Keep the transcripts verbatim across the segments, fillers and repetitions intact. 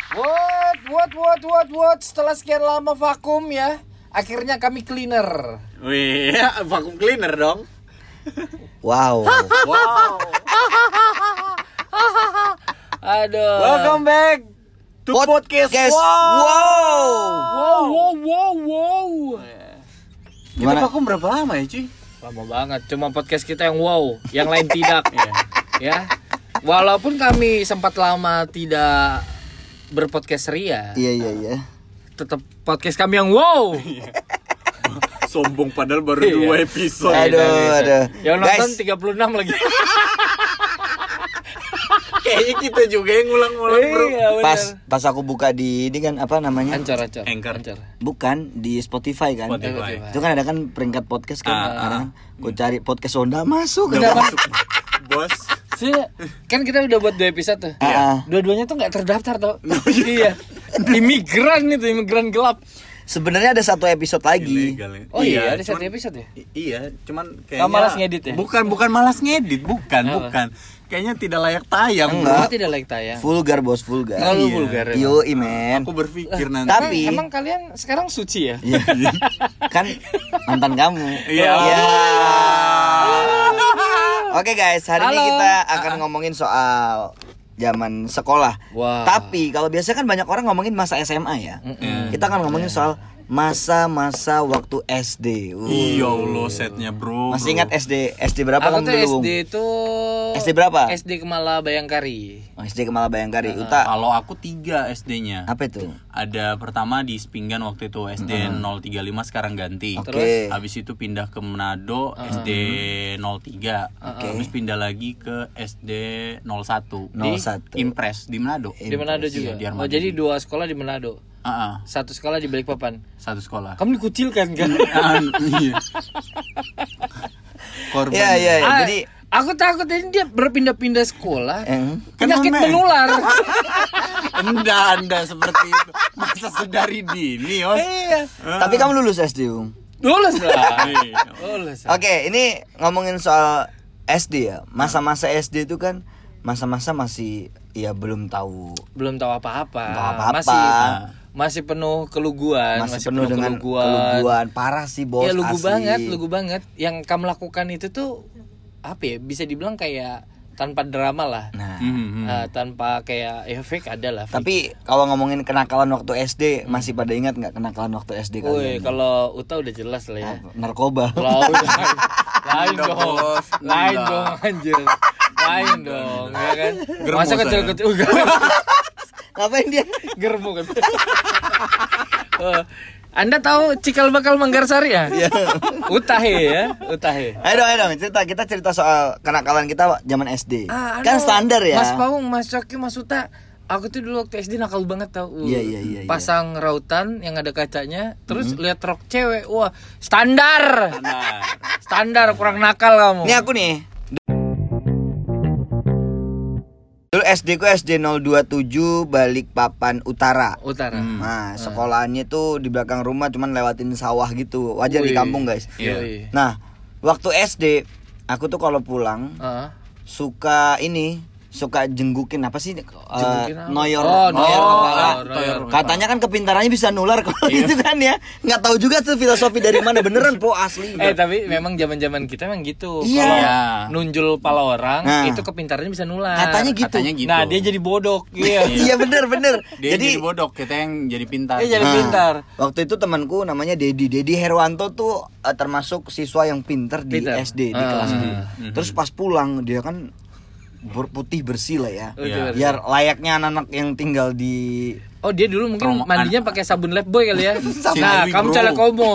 What, what, what, what, what? Setelah sekian lama vakum ya, akhirnya kami cleaner. Wih, vakum cleaner dong. Wow. Wow. Aduh. Welcome back to Pod- podcast. Guys. Wow. Wow. Wow, wow, wow, wow. Kita Gimana? vakum berapa lama ya, cuy? Lama banget. Cuma podcast kita yang wow, yang lain tidak. Iya. Ya. Walaupun kami sempat lama tidak berpodcast ria, Iya iya iya. tetap podcast kami yang wow. Sombong padahal baru Iya. dua episode. Aduh, aduh. Yang nonton Guys. tiga puluh enam lagi. Kayaknya kita juga yang ngulang-ngulang, bro. Iya, benar. Pas pas aku buka di ini kan apa namanya? Ancor, ancor. Anchor. Ancor. Bukan di Spotify kan. Spotify. Itu kan ada kan peringkat podcast kan. Ah, Sekarang gue cari podcast Honda masuk. Udah masuk, bos. Sih, kan kita udah buat dua episode tuh. Iya. Dua-duanya tuh nggak terdaftar tau. Iya. Imigran itu, imigran gelap. Sebenarnya ada satu episode lagi. Ilegal ya. Oh iya, ada cuman- satu episode ya. I- Iya, cuman kayaknya Oh, malas ngedit ya? Bukan, bukan malas ngedit, bukan, Apa? bukan. Kayaknya tidak layak tayang, Enggak. bro. Oh, tidak like tayang. Vulgar bos, vulgar. Terlalu Iya. vulgar. emang. Yo imen. Aku berpikir nanti. Tapi- Emang, emang kalian sekarang suci ya? Iya. Kan mantan kamu. Iya. Iya. Oke guys, hari ini Halo. kita akan ngomongin soal zaman sekolah. Wah. Tapi kalau biasa kan banyak orang ngomongin masa S M A ya. Mm-mm. Kita akan ngomongin soal masa-masa waktu S D. Uh. Iya Allah setnya, bro. Masih bro. ingat S D? S D berapa Aku kamu tuh dulu? S Bung? D itu S D berapa? S D Kemala Bayangkari. Oh, S D Kemala Bayangkari. Uta. Kalau aku tiga S D-nya. Apa itu? Ada pertama di Spinggan waktu itu S D nol tiga lima sekarang ganti. Oke. Terus habis itu pindah ke Manado S D nol tiga. Oke. Habis pindah lagi ke S D nol satu. nol Di satu. Impres di Manado. Di Manado juga. Iya, di Oh, Armada. jadi dua sekolah di Manado. Heeh, Satu sekolah di Balikpapan. satu sekolah. Kamu dikucilkan kan? Ah, iya. Korban. Iya iya. iya. Ah, Jadi aku takut ini dia berpindah-pindah sekolah. eh, Penyakit Kan, Mame. menular. Anda, anda seperti itu. Masa sedari dini, Os? Iya. tapi kamu lulus S D, Bung. Lulus lah. Iya. Lulus. lah. Oke, ini ngomongin soal S D ya. Masa-masa S D itu kan masa-masa masih ya belum tahu Belum tahu apa-apa. Belum tahu apa-apa. Masih masih penuh keluguan, masih, penuh, dengan keluguan. Parah sih, Bos. Ya lugu asli. banget, lugu banget. Yang kamu lakukan itu tuh apa ya? Bisa dibilang kayak tanpa drama lah. Nah, Hmm, hmm. Eh, tanpa kayak ya fake ada lah. Fake. tapi kalau ngomongin kenakalan waktu S D, masih pada ingat nggak kenakalan waktu S D Woi, kalian? kalau Uta udah jelas lah ya. Narkoba. Lain, lain, lain Enggak, dong, Bos. lain Enggak. dong anjir, lain dong, ya kan? Germo Masa saya. kecil kecil, Ngapain dia? germo kan? Eh, Anda tahu cikal bakal Manggarsari ya? Utahe ya, Utahe. Ayo dong, ayo dong, cerita kita cerita soal kenakalan kita zaman S D. Ah, kan aduh, standar ya. Mas Paung, Mas Coki, Mas Uta. Aku tuh dulu waktu S D nakal banget tau. Uh, Iya, iya, iya, iya. Pasang rautan yang ada kacanya, terus lihat rok cewek, wah standar, Nah, standar kurang nakal kamu. Ini aku nih. Dulu S D ku S D nol dua tujuh Balikpapan Utara. Utara. Nah, sekolahannya tuh di belakang rumah, cuman lewatin sawah gitu. Wajar di Wih. kampung, guys. Iya. Nah, waktu S D aku tuh kalau pulang Heeh. suka ini, suka jenggukin apa sih? Jenggukin Eh, apa? noyor, Oh, noyor oh, kepala. oh, noyor kepala. Katanya kan kepintarannya bisa nular kalau gitu kan ya. Nggak tahu juga tuh filosofi dari mana, beneran po asli. Eh tapi memang zaman-zaman kita memang gitu. Iya. Kalau Iya. nunjul pala orang Nah. itu kepintarannya bisa nular. Katanya gitu. katanya gitu. Nah, dia jadi bodok. Iya. Iya bener bener. dia jadi, bodok, kita yang jadi pintar. Dia jadi Nah, pintar. waktu itu temanku namanya Dedi. Dedi Herwanto tuh eh, termasuk siswa yang pintar di Pintar. S D di Ah. kelas D. Terus pas pulang dia kan berputih bersih lah ya. Iya. Biar layaknya anak-anak yang tinggal di Oh, dia dulu mungkin Promo- mandinya pakai sabun Lifebuoy kali ya. Sinzui, Nah, kamu bro. cala komo.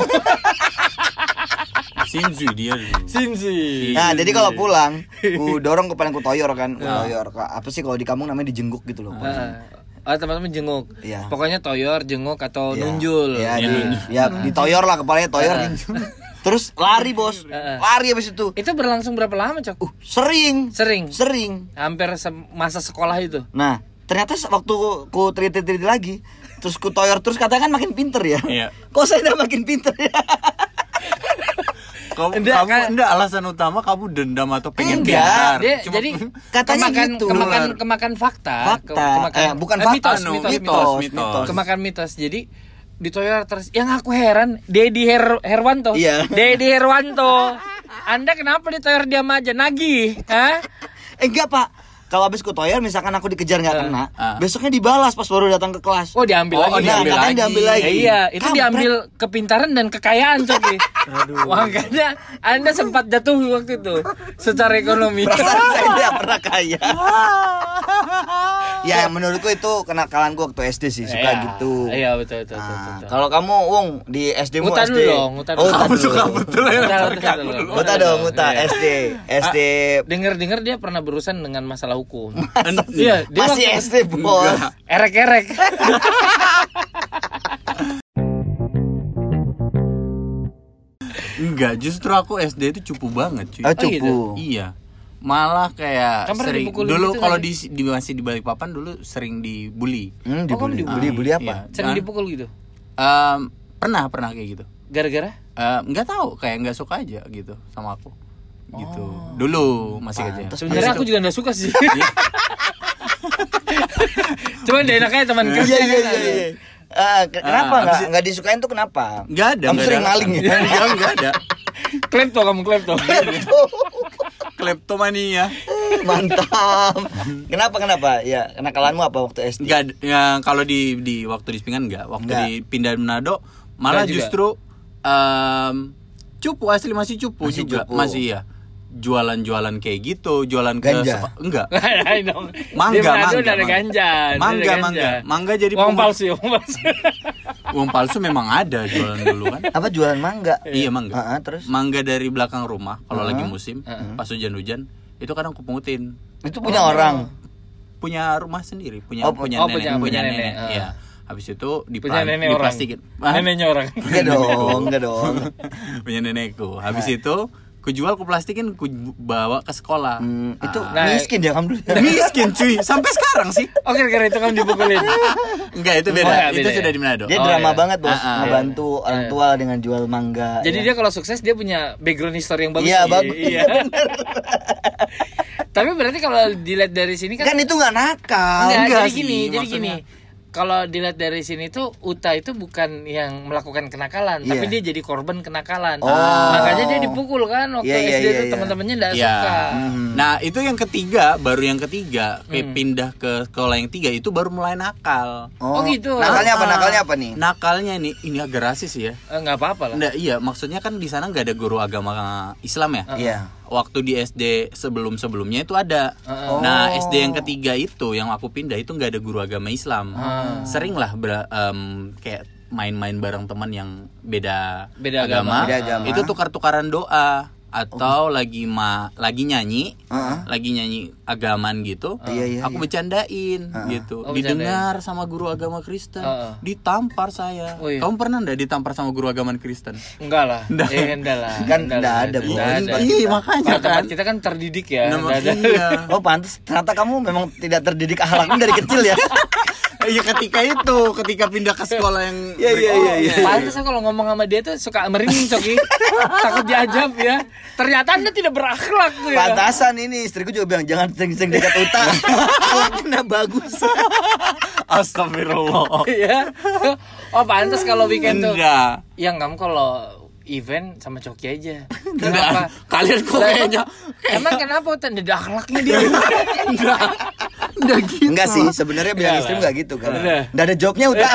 Sinzu dia dulu. Sinsi. Nah, jadi kalau pulang, ku dorong ke ku toyor kan, ku toyor. Apa sih kalau di kampung namanya dijengguk gitu loh. Heeh. Oh, teman-teman jenguk. Iya. Pokoknya toyor, jenguk atau Iya. nunjul. Ya, Iya, di, nunjul. ya ditoyor lah kepalanya toyor. Terus lari, Bos. Heeh. Lari habis itu. Itu berlangsung berapa lama, Cok? Uh, sering. Sering. Sering. Hampir se- masa sekolah itu. Nah, ternyata waktu ku teliti-teliti lagi, terus ku toyor terus katanya kan makin pinter ya. Iya. Kok saya udah makin pinter ya? Kamu, Enggak, kamu kan- enggak alasan utama kamu dendam atau pengen Enggak, pintar. Dia Cuma- jadi katanya kemakan, gitu. kemakan kemakan fakta, Fakta. ke- kemakan Eh, bukan eh, fakta, mitos, anu, mitos, mitos, mitos, mitos. Kemakan mitos. Jadi di Toyota terus yang aku heran Dedi Her Herwanto. Iya. Dedi Herwanto. Anda kenapa di Toyota diam aja nagih? Hah? Eh enggak pak, kalau habis kutoyer misalkan aku dikejar nggak kena, Ah. besoknya dibalas pas baru datang ke kelas. Oh diambil Oh, lagi. oh, diambil Nah, katanya lagi. diambil lagi. Ya, iya, itu Kampret. diambil kepintaran dan kekayaan coki. Makanya Anda sempat jatuh waktu itu secara ekonomi. Perasaan saya tidak pernah kaya. Ya menurutku itu kenakalanku waktu S D sih, suka Iya, gitu. Iya betul betul betul. Nah, betul. kalau kamu Wong di S D mu Ngutan S D. dulu dong, ngutan Oh, dulu. ngutan Kamu dulu. suka betul ya. Ngutan, Ngutan ngutan dulu. dulu. Ngutan dong, ngutan Iya. S D. S D Dengar-dengar dia pernah berurusan dengan masalah hukum. En- Iya, dia masih waktu- S D, Bos. Erek-erek. Enggak, justru aku S D itu cupu banget cuy. Ah, Oh, gitu? cupu. Iya. Malah kayak Kamu pernah sering dipukulin dulu gitu kalau nggak di, di masih di Balikpapan dulu sering dibully. Hmm, Oh, kamu dibully. dibully? Bully, bully apa? Iya. Sering Ah, dipukul gitu. em, pernah pernah kayak gitu. Gara-gara? Eh, nggak tahu, kayak nggak suka aja gitu sama aku. Gitu. Dulu masih kecil. Pantes. Sebenarnya aku juga enggak suka sih. Cuman dia enaknya teman kerja. Iya iya kan. iya. iya. Ah, ke- kenapa Ah, nggak abis- nggak disukain tuh kenapa? Nggak ada. Kamu nggak sering ada maling alasan. ya? Nggak, nggak ada. Klepto kamu klepto. Kleptomania. Mantap. Kenapa kenapa? Ya, kenakalanmu apa waktu S D? Nggak, ada- ya, kalau di di waktu di Sepingan nggak. Waktu Nggak. di pindah Manado malah Nggak juga. justru em, cupu asli masih cupu Masih juga. cupu. Masih ya. Jualan-jualan kayak gitu, jualan ke Ganja? sepa- enggak. dong. Mangga, Dia Manado mangga, udah ada mangga. ganja. dia Mangga, ada ganja. mangga. Mangga jadi uang pengu- palsu, uang palsu. Uang palsu memang ada jualan dulu kan. Apa jualan mangga? Iya mangga. Ah, ah, terus? Mangga dari belakang rumah kalau Ah. lagi musim, Ah. pas hujan-hujan itu kadang kupungutin. Itu punya orang. Punya rumah sendiri, punya Oh, punya oh, nenek, punya- punya punya nenek. nenek, ah. Iya. Habis itu di Punya nenek orang. diplastikin. Hah? Neneknya orang. Enggak dong, enggak dong. Punya nenekku. Habis itu kujual, kuplastikin, ku bawa ke sekolah. Hmm, itu Nah, miskin ya kamu dulu. Miskin cuy, sampai sekarang sih. Oke, kira itu kamu dipukulin. Enggak, itu Oh, beda. ya, itu beda sudah ya. di Manado. Dia Oh, drama iya. banget, Bos. Ah, ah. Ngebantu Iya. orang tua dengan jual mangga. Jadi ya. dia kalau sukses dia punya background history yang bagus. Iya, sih. bagus. Iya. Tapi berarti kalau dilihat dari sini kan kan itu nggak nakal. Enggak, enggak jadi sih, gini, jadi maksudnya. gini. Kalau dilihat dari sini tuh Uta itu bukan yang melakukan kenakalan, Iya. tapi dia jadi korban kenakalan. Oh. Makanya dia dipukul kan waktu Iya, iya, S D iya, itu iya. teman-temannya enggak Iya. suka. Hmm. Nah, itu yang ketiga, baru yang ketiga, kayak Hmm. pindah ke sekolah yang tiga itu baru mulai nakal. Oh, gitu. Nakalnya apa? Ah. Nakalnya apa nih? Nakalnya ini ini agak rasis ya. Eh, Enggak apa-apa lah. Nggak, iya, maksudnya kan di sana nggak ada guru agama Islam ya. Iya. Waktu di S D sebelum-sebelumnya itu ada. Oh. Nah, S D yang ketiga itu yang aku pindah itu nggak ada guru agama Islam. Ah. Sering lah ber- em, kayak main-main bareng teman yang beda, Beda agama. Beda agama. Itu tukar-tukaran doa atau lagi ma lagi nyanyi, Heeh. lagi nyanyi agaman gitu. Iya, iya, aku iya. bercandain gitu. Oh, Didengar sama guru agama Kristen. Heeh. Ditampar saya. Oh, iya. Kamu pernah enggak ditampar sama guru agama Kristen? Enggak lah. Eh, enggak lah. Kan Enggak enggak lah, ada, enggak Bos. ada. Iya, makanya Kalau tempat kan. kita kan terdidik ya. Nah, enggak ada. iya. Oh, pantas ternyata kamu memang tidak terdidik akhlakmu dari kecil ya. Iya, ketika itu, ketika pindah ke sekolah yang Iya, iya, iya, iya. Pantes kalau ngomong sama dia tuh suka merinding Coki. Takut diajab ya. Ternyata Anda tidak berakhlak tuh ya. Pantasan ini istriku juga bilang jangan sering-sering dekat Uta. Akhlaknya bagus. Astagfirullah. Iya. Oh, pantes kalau weekend tuh. Enggak. Yang kamu kalau event sama Coki aja. Enggak. Kenapa? Kalian kok Lah, kayaknya Emang kenapa Utan ada akhlaknya dia? enggak. Enggak gitu. Enggak sih, sebenarnya bilang Enggak istri lah. enggak gitu kan. Udah. Enggak ada jawabnya Uta.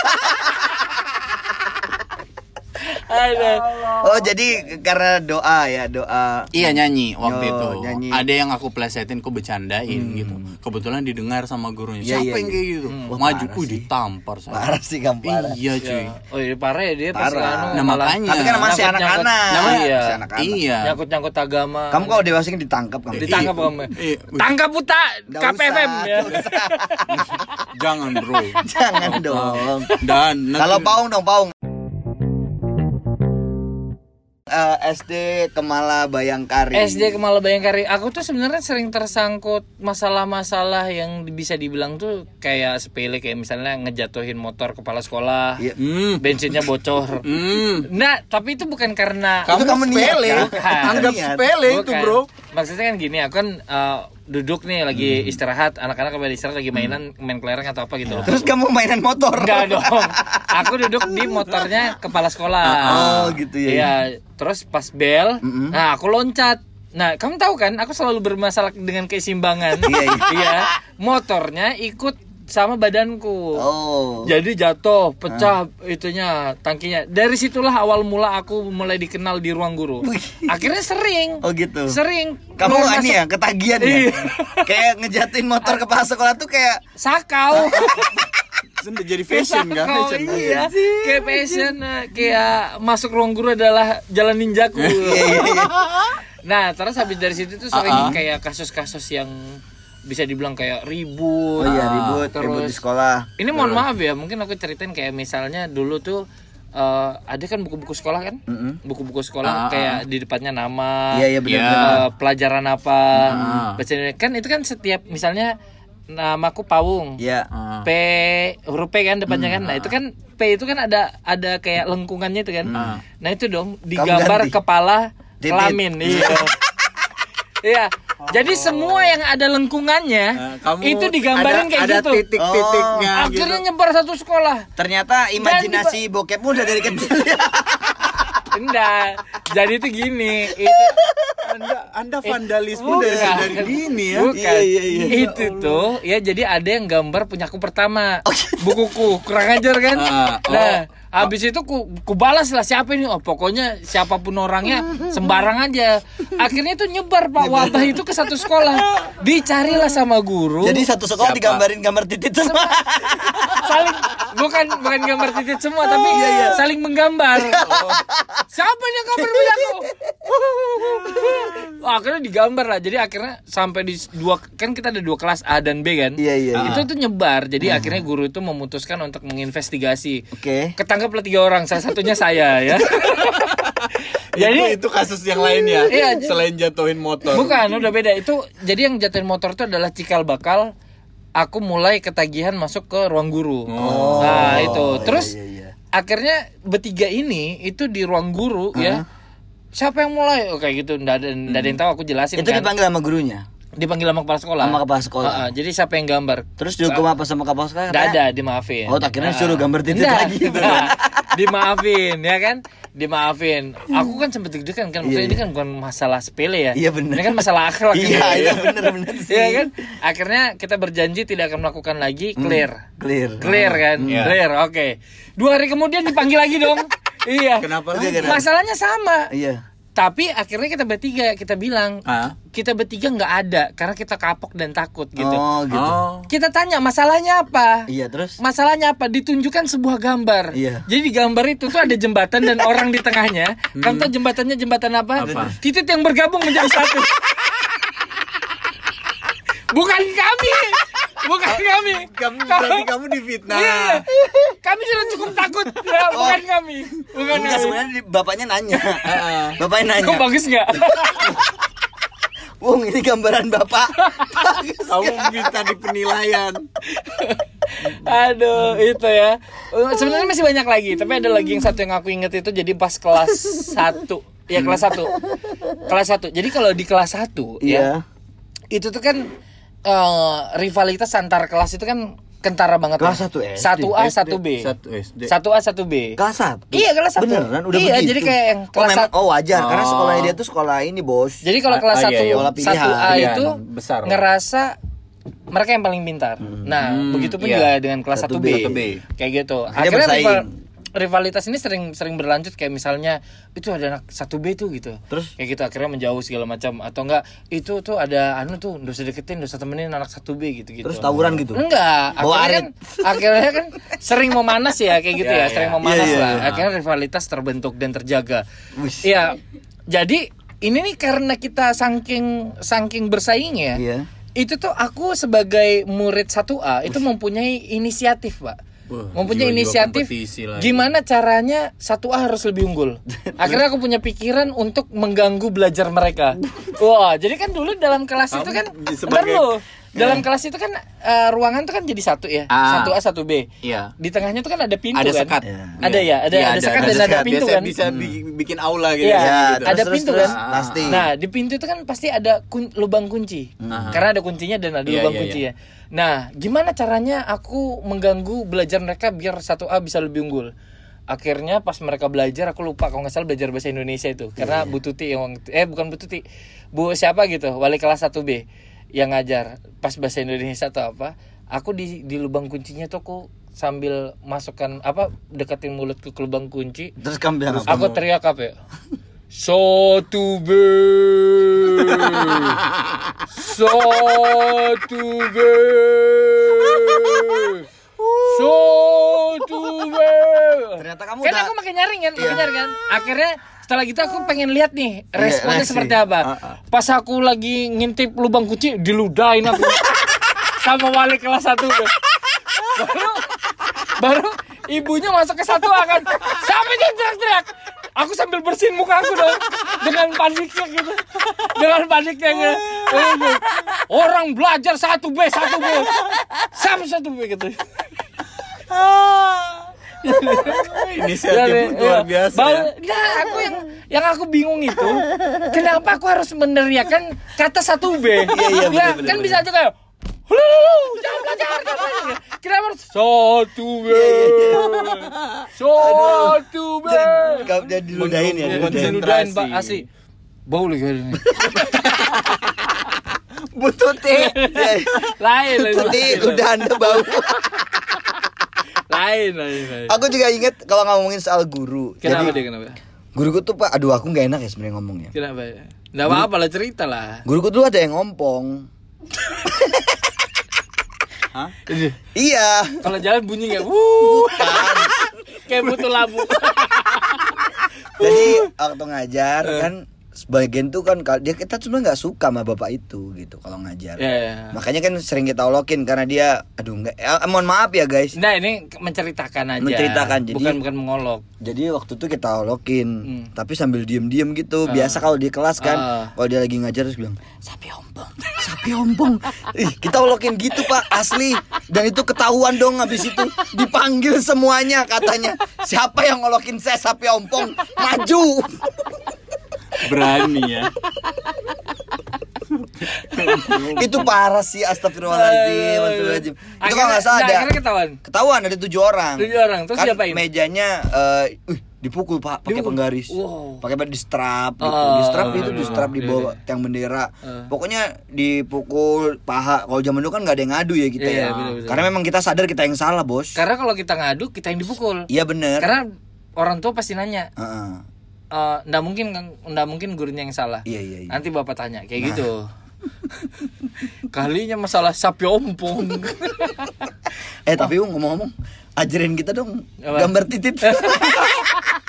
Ada. Oh, jadi karena doa ya, doa. Iya, nyanyi waktu Yo, itu. nyanyi. Ada yang aku plesetin, aku bercandain gitu. Kebetulan didengar sama gurunya. Iya, Siapa iya, yang iya. kayak gitu? Wah, Maju, parah uh, sih. ditampar saya. Parah sih kamu parah. Iya, cuy. Ya. Oh iya parah ya dia pas Parah. anu, Nah, malah makanya. Tapi kan masih nyangkut-nyangkut. anak-anak. Namanya- Masih Iya. anak-anak. Iya. Nyangkut-nyangkut agama. Kamu kalau dewasa ini ditangkap kamu. ditangkap Iya. kamu. Iya. Tangkap Uta Nggak K P F M usah, ya. nggak usah. Jangan, bro. Jangan dong. Dan Kalau paung dong, paung. uh, S D Kemala Bayangkari. S D Kemala Bayangkari. Aku tuh sebenarnya sering tersangkut masalah-masalah yang bisa dibilang tuh kayak sepele, kayak misalnya ngejatuhin motor kepala sekolah, Iya. Hmm. bensinnya bocor. Hmm. Nah, tapi itu bukan karena Kamu kamu niat, sepele, kan? Bukan. anggap Niat. sepele itu Bukan. bro. Maksudnya kan gini, aku kan uh, duduk nih lagi istirahat, anak-anak kembali istirahat lagi mainan, main kelereng atau apa gitu loh. Terus kamu mainan motor. Enggak dong. Aku duduk di motornya kepala sekolah. Oh, gitu ya. Iya, terus pas bel, Mm-mm. nah aku loncat. Nah, kamu tahu kan, aku selalu bermasalah dengan keseimbangan. Iya, iya. Iya. Motornya ikut sama badanku. Oh. Jadi jatuh, pecah itunya, tangkinya. Dari situlah awal mula aku mulai dikenal di ruang guru. Wih. Akhirnya sering. Oh gitu. Sering. Kamu Keluar ini masuk- ya ketagihan ya. Iya. Kayak ngejatuhin motor kepala sekolah tuh kayak Sakau. Sudah jadi fashion kan? Sakau, Fashion. iya. Kayak fashion, eh, kayak masuk ruang guru adalah jalan ninjaku. Iya, iya, iya. Nah, terus habis dari situ tuh sering Uh-uh. kayak kasus-kasus yang bisa dibilang kayak ribut. Oh iya ribut, Terus- ribut di sekolah. Ini mohon maaf ya, mungkin aku ceritain kayak misalnya dulu tuh eh, ada kan buku-buku sekolah kan? Mm-mm. Buku-buku sekolah Ah, kayak di depannya nama, Iya iya benar. Iya. benar. eh, pelajaran apa, Ah. baca kan itu kan setiap misalnya namaku Pawung. Iya. Ah. P huruf P kan depannya kan. Nah, itu kan P itu kan ada ada kayak lengkungannya itu kan. Hmm. Nah, itu dong digambar ganti. kepala Titit. kelamin. Iya. Iya. Jadi semua yang ada lengkungannya Eh, kamu itu digambarin ada, kayak ada gitu. titik-titiknya gitu. Akhirnya nyebar satu sekolah. Ternyata imajinasi bokepmu udah dari kecil ya. Enggak. Jadi itu gini, itu Anda Anda vandalisme Bukan. dari dari dini ya. Bukan. Iya, iya, iya. Itu tuh ya jadi ada yang gambar punyaku pertama. Oh, gitu. Bukuku kurang ajar kan. Ah, oh. Nah, habis itu ku, ku balas lah siapa ini. Oh, pokoknya siapapun orangnya sembarang aja. Akhirnya itu nyebar Pak wabah itu ke satu sekolah. Dicarilah sama guru. Jadi satu sekolah Siapa? digambarin gambar titit semua. saling bukan bukan gambar titik semua tapi saling menggambar. Siapa yang gambar punyaku? Oh, akhirnya digambar lah. Jadi akhirnya sampai di dua kan kita ada dua kelas A dan B kan. Iya, iya, Itu iya. tuh nyebar. Jadi akhirnya guru itu memutuskan untuk menginvestigasi. Oke. Ketangkaplah tiga orang, salah satunya saya ya. Jadi itu, itu kasus yang lain ya. Iya. Selain jatuhin motor. bukan, udah beda. Itu jadi yang jatuhin motor itu adalah cikal bakal aku mulai ketagihan masuk ke ruang guru. Oh. Nah, itu. Terus iya, iya. akhirnya bertiga ini itu di ruang guru ya. Siapa yang mulai? Oh, kayak gitu. Nggak ada, nggak ada yang tahu, aku jelasin Itu kan. dipanggil sama gurunya. Dipanggil sama kepala sekolah. Sama kepala sekolah. Ah, ah. Jadi siapa yang gambar? Terus dihukum apa sama kepala sekolah? Nggak ada, dimaafin. Oh, tak kira Ah, suruh gambar titik nggak, lagi. nggak. Dimaafin ya kan? Dimaafin. Aku kan sempet deg-degan kan. Maksudnya Iya, ini kan bukan masalah sepele ya. Iya, bener. Ini kan masalah akhlak. Iya, kan? iya benar-benar sih. Iya kan? Akhirnya kita berjanji tidak akan melakukan lagi, clear. Clear. Clear kan? Iya. Clear, oke. Dua hari kemudian dipanggil lagi dong. Iya. Kenapa Iya, lagi? kenapa? Masalahnya sama. Iya. Tapi akhirnya kita bertiga, kita bilang Ah. kita bertiga nggak ada karena kita kapok dan takut gitu. Oh, gitu. Oh. Kita tanya masalahnya apa? Iya, terus Masalahnya apa? Ditunjukkan sebuah gambar. Iya. Jadi di gambar itu tuh ada jembatan dan orang di tengahnya. Kamu tahu jembatannya jembatan apa? Apa? Titik yang bergabung menjadi satu. Bukan kami. Bukan kami. Kamu berarti kamu difitnah. Iya. Kami sudah cukup takut. Ya, bukan kami. Bukan enggak kami. sebenarnya di- bapaknya nanya. Bapaknya nanya. Kok bagus nggak? Wong, ini gambaran bapak. Kamu minta di penilaian. Aduh, itu ya. Uh, Sebenarnya masih banyak lagi, tapi ada lagi yang satu yang aku inget itu jadi pas kelas satu. Ya, kelas satu. Kelas satu. Jadi kalau di kelas satu ya, Iya. itu tuh kan eh, rivalitas antar kelas itu kan kentara banget. Kelas ya. satu S D, satu A, satu B. Satu S D. satu A, satu B. Kelas satu. Iya, kelas satu. Beneran udah Iya, begitu. jadi kayak yang oh, kelas memang, satu. oh wajar karena Oh. sekolahnya dia tuh sekolah ini, Bos. Jadi kalau Ah, kelas ah, iya, satu iya, pola pilihan. satu A Iya, itu emang besar lah. ngerasa mereka yang paling pintar. Nah, Hmm, begitupun iya. juga dengan kelas Satu satu B. B. Satu B. Kayak gitu. Akhirnya Akhirnya bersaing. rival- rivalitas ini sering sering berlanjut kayak misalnya itu ada anak satu B tuh gitu. Terus? Kayak gitu akhirnya menjauh segala macam atau enggak itu tuh ada anu tuh enggak usah deketin, enggak usah temenin anak satu B gitu-gitu. Terus tawuran gitu. Enggak, Bawa akhirnya kan, akhirnya kan sering memanas ya kayak gitu Ya, ya, ya. sering memanas Iya, iya, lah. iya. Akhirnya rivalitas terbentuk dan terjaga. Wis. Iya. Jadi ini nih karena kita saking saking bersaingnya, Iya. itu tuh aku sebagai murid satu A itu mempunyai inisiatif, Pak. Wah, mempunyai jiwa-jiwa inisiatif kompetisi lagi. gimana caranya satu A harus lebih unggul. Akhirnya aku punya pikiran untuk mengganggu belajar mereka. Wah, jadi kan dulu dalam kelas Kamu itu kan sebagai- bentar loh. Dalam kelas itu kan uh, ruangan tuh kan jadi satu ya, Ah. satu A satu B. Iya. Di tengahnya tuh kan ada pintu Ada kan. sekat. Iya. Ada ya, ada Iya, ada sekat dan ada sekat. pintu Biasa kan. bisa bi- bikin aula gitu. Iya, ya, gitu. ada terus, pintu terus, kan. pasti. Nah, di pintu itu kan pasti ada kun- lubang kunci. Aha. Karena ada kuncinya dan ada Iya, lubang iya, kunci iya. ya. Nah, gimana caranya aku mengganggu belajar mereka biar satu A bisa lebih unggul? Akhirnya pas mereka belajar, aku lupa kalau nggak salah belajar bahasa Indonesia itu. Karena Bu Tuti yang eh bukan Bu Tuti, Bu siapa gitu, wali kelas satu B yang ngajar pas bahasa Indonesia atau apa. Aku di di lubang kuncinya tuh aku sambil masukkan apa deketin mulut ke lubang kunci. Terus kamu bilang apa? Aku teriak apa ya? Satu B, satu B, satu B. Ternyata kamu Kan udah- aku makin nyaring kan, makin nyaring kan. Akhirnya setelah gitu aku pengen lihat nih responnya reaksi. seperti apa. Ah, ah. Pas aku lagi ngintip lubang kunci, diludahin aku sama wali kelas satu. Baru, baru ibunya masuk ke satu akan sampai dia teriak-teriak. Aku sambil bersihin muka aku dong dengan paniknya gitu, dengan paniknya gitu. Orang belajar satu B, satu B, sampai satu B gitu. Inisiatif luar biasa Bal- ya. Nah, aku yang yang aku bingung itu, kenapa aku harus meneriakan kata satu B? iya, ya, bener, kan bener, bisa aja kayak hulu, jangan belajar, jangan belajar. Kenapa harus satu B? Satu B. Kamu jadi diludahin ya, Mengganggu diludahin. Diludahin, Pak, konsentrasi. asli. Bau lagi hari ini. Bu Tuti. Lain, lain. Tuti, udah Anda bau. Lain, lain, lain. Aku juga inget kalau ngomongin soal guru. Kenapa Jadi, dia kenapa? guruku tuh Pak, aduh aku nggak enak ya sebenarnya ngomongnya. Kenapa ya? Nggak apa-apa lah, cerita lah. Guruku tuh ada yang ngompong. Hah? Iya. Kalau jalan bunyi nggak? Wuh, kayak butuh lampu. Jadi waktu ngajar kan sebagian tuh kan kal- dia kita cuma nggak suka sama bapak itu gitu kalau ngajar. Ya, ya. Makanya kan sering kita olokin karena dia aduh nggak eh, mohon maaf ya guys. Nah, ini menceritakan aja. Menceritakan, jadi- bukan bukan mengolok. Jadi waktu itu kita olokin Hmm. tapi sambil diem-diem gitu. Biasa kalau di kelas kan Ah. kalau dia lagi ngajar terus bilang sapi ompong, sapi ompong. Ih, kita olokin gitu Pak, asli. Dan itu ketahuan dong habis itu dipanggil semuanya katanya. Siapa yang ngolokin saya sapi ompong? Maju. Berani ya. Itu parah sih, astagfirullahaladzim, astagfirullahaladzim. Itu kalau nggak salah nah, ada akhirnya ketahuan. ketahuan ada tujuh orang. Tujuh orang, terus kan diapain? mejanya eh, uh, dipukul Pak pakai Dipukul? penggaris. Wow. Pakai di strap gitu. Oh, di strap itu iya, di iya, strap di iya, bawah iya. tiang bendera. Eh. Pokoknya dipukul paha. Kalau zaman dulu kan nggak ada yang ngadu ya kita Iya, ya. bener-bener. Karena memang kita sadar kita yang salah, Bos. Karena kalau kita ngadu, kita yang dipukul. Iya bener. Karena orang tua pasti nanya, Heeh. eh nggak mungkin nggak mungkin gurunya yang salah. Iya, iya, iya. Nanti bapak tanya kayak gitu. Kalinya masalah sapi ompong. Eh tapi ngomong-ngomong, ajarin kita dong Apa? gambar titit.